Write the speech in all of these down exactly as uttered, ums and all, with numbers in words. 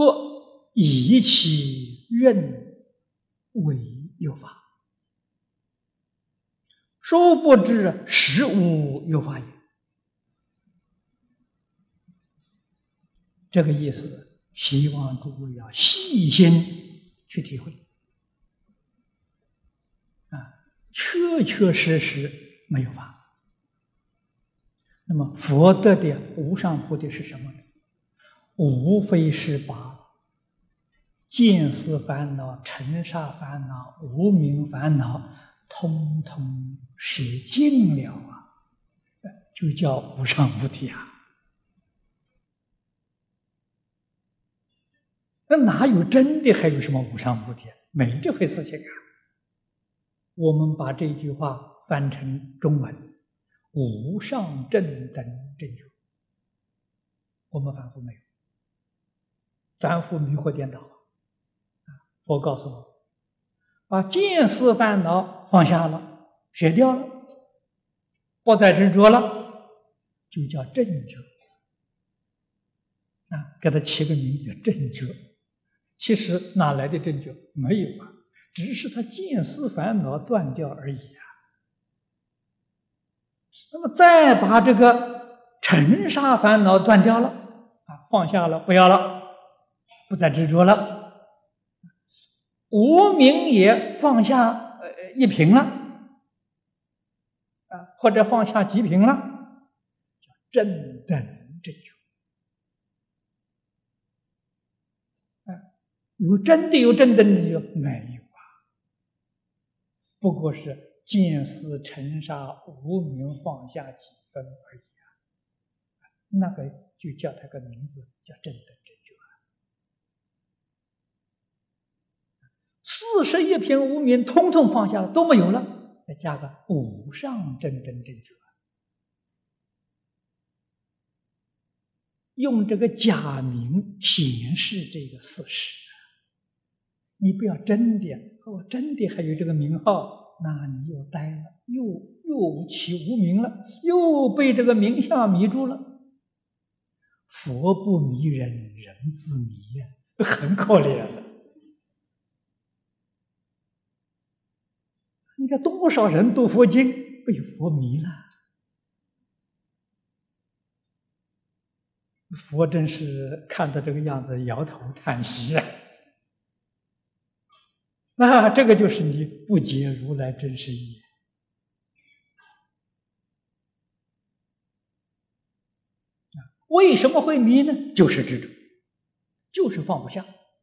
若以其任为有法，殊不知实无有法也。这个意思，希望诸位要细心去体会啊，确确实实没有法。那么佛得的无上菩提是什么呢？无非是把见思烦恼、尘沙烦恼、无明烦恼通通舍尽了啊，就叫无上菩提啊。那哪有真的还有什么无上菩提？没这回事情啊！我们把这句话翻成中文，无上正等正觉，我们凡夫没有，凡夫迷惑颠倒。佛告诉我，把见思烦恼放下了，舍掉了，不再执着了，就叫正觉啊，给他起个名字叫正觉。其实哪来的正觉？没有啊，只是他见思烦恼断掉而已啊。那么再把这个尘沙烦恼断掉了啊，放下了，不要了，不再执着了，无明也放下呃一品了啊，或者放下几品了，叫正等正觉。有真的有正等正觉没有啊？不过是见思尘沙无明放下几分而已啊。那个就叫它个名字叫正等正觉啊。四十一品无明通通放下了，都没有了，再加个无上正等正觉。用这个假名显示这个事实。你不要真的，哦，真的还有这个名号，那你又呆了，又又起无明了，又被这个名相迷住了。佛不迷人，人自迷呀，很可怜的。你看多少人读佛经被佛迷了，佛真是看到这个样子摇头叹息啊。那这个就是你不解如来真实义。为什么会迷呢？就是执着，就是放不下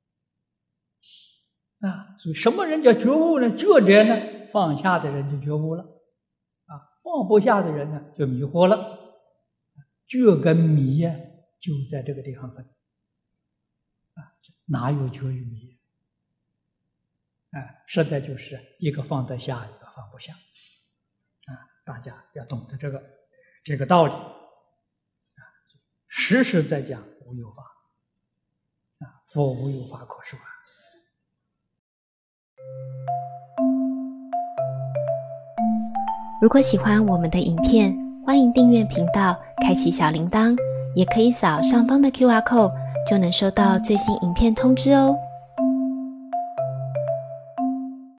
啊。所以什么人叫觉悟呢？觉者呢，放下的人就觉悟了啊，放不下的人呢就迷惑了。觉跟迷呀、啊，就在这个地方分啊，哪有觉与迷？啊，实在就是一个放得下，一个放不下，啊，大家要懂得这个这个道理，啊，时时在讲无有法，啊，佛无有法可说啊。 如果喜欢我们的影片，欢迎订阅频道，开启小铃铛，也可以扫上方的 Q R code， 就能收到最新影片通知哦。